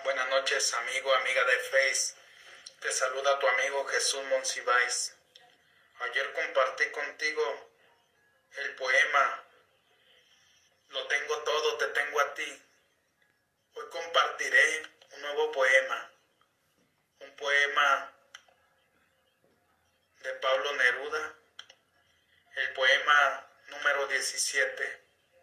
Buenas noches, amigo, amiga de Face. Te saluda tu amigo Jesús Monsiváis. Ayer compartí contigo el poema Lo tengo todo, te tengo a ti. Hoy compartiré un nuevo poema. Un poema de Pablo Neruda. El poema número 17.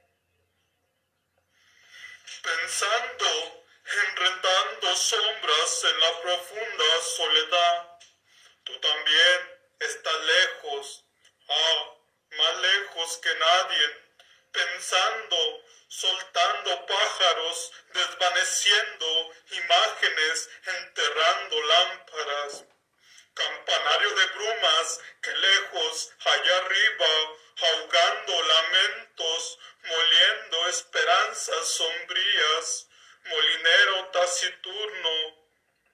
Pensando, enredando sombras en la profunda soledad, tú también estás lejos, más lejos que nadie, pensando, soltando pájaros, desvaneciendo imágenes, enterrando lámparas. Campanario de brumas que lejos, allá arriba, ahogando lamentos, moliendo esperanzas sombrías, molinero taciturno.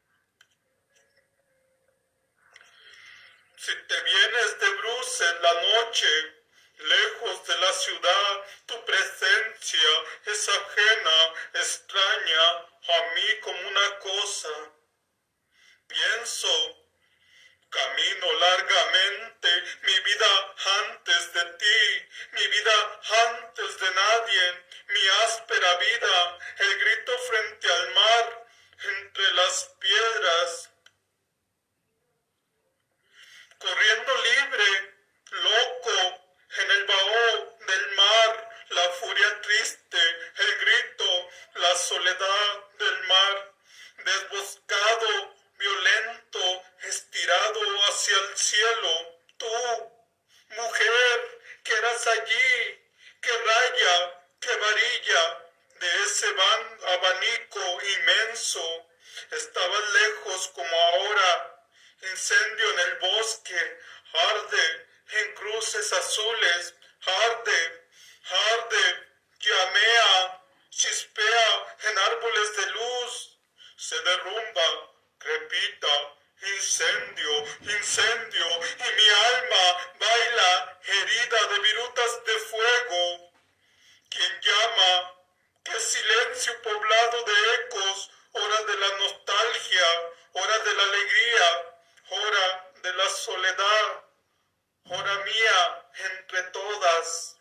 Si te vienes de bruces la noche, lejos de la ciudad, tu presencia es ajena, extraña a mí como una cosa. Pienso, camino largamente, mi vida antes de ti, mi vida antes de nadie, mi áspera vida, el grito frente al mar, entre las piedras. Corriendo libre, loco, en el vaho del mar, la furia triste, el grito, la soledad del mar, desboscado, violento, estirado hacia el cielo, tú, mujer, que eras allí, que raya, que varilla, de ese abanico inmenso, estabas lejos como ahora, incendio en el bosque, arde en cruces azules, arde, llamea, chispea en árboles de luz, se derrumba, crepita, incendio, y mi alma baila herida de virutas de fuego. ¿Quién llama? ¡Qué silencio poblado de ecos! Hora de la nostalgia, hora de la alegría, hora de la soledad, hora mía entre todas.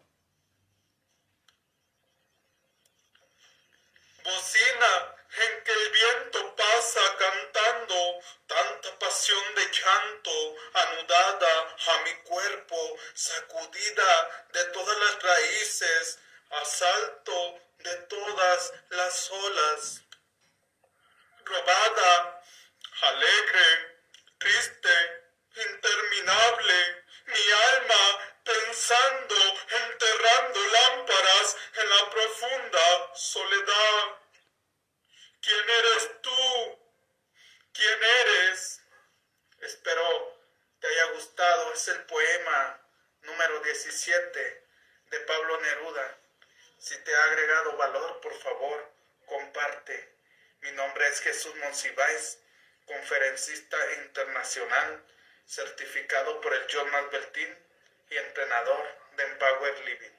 Bocina en que el viento pasa cantando, tanta pasión de llanto, anudada a mi cuerpo, sacudida de todas las raíces, asalto de todas las olas, robada, alegre, triste, interminable, mi alma pensando, enterrando lámparas en la profunda soledad. ¿Quién eres tú? ¿Quién eres? Espero te haya gustado. Es el poema número 17 de Pablo Neruda. Si te ha agregado valor, por favor, comparte. Mi nombre es Jesús Monsiváis, conferencista internacional, certificado por el John Malvertín y entrenador de Empower Living.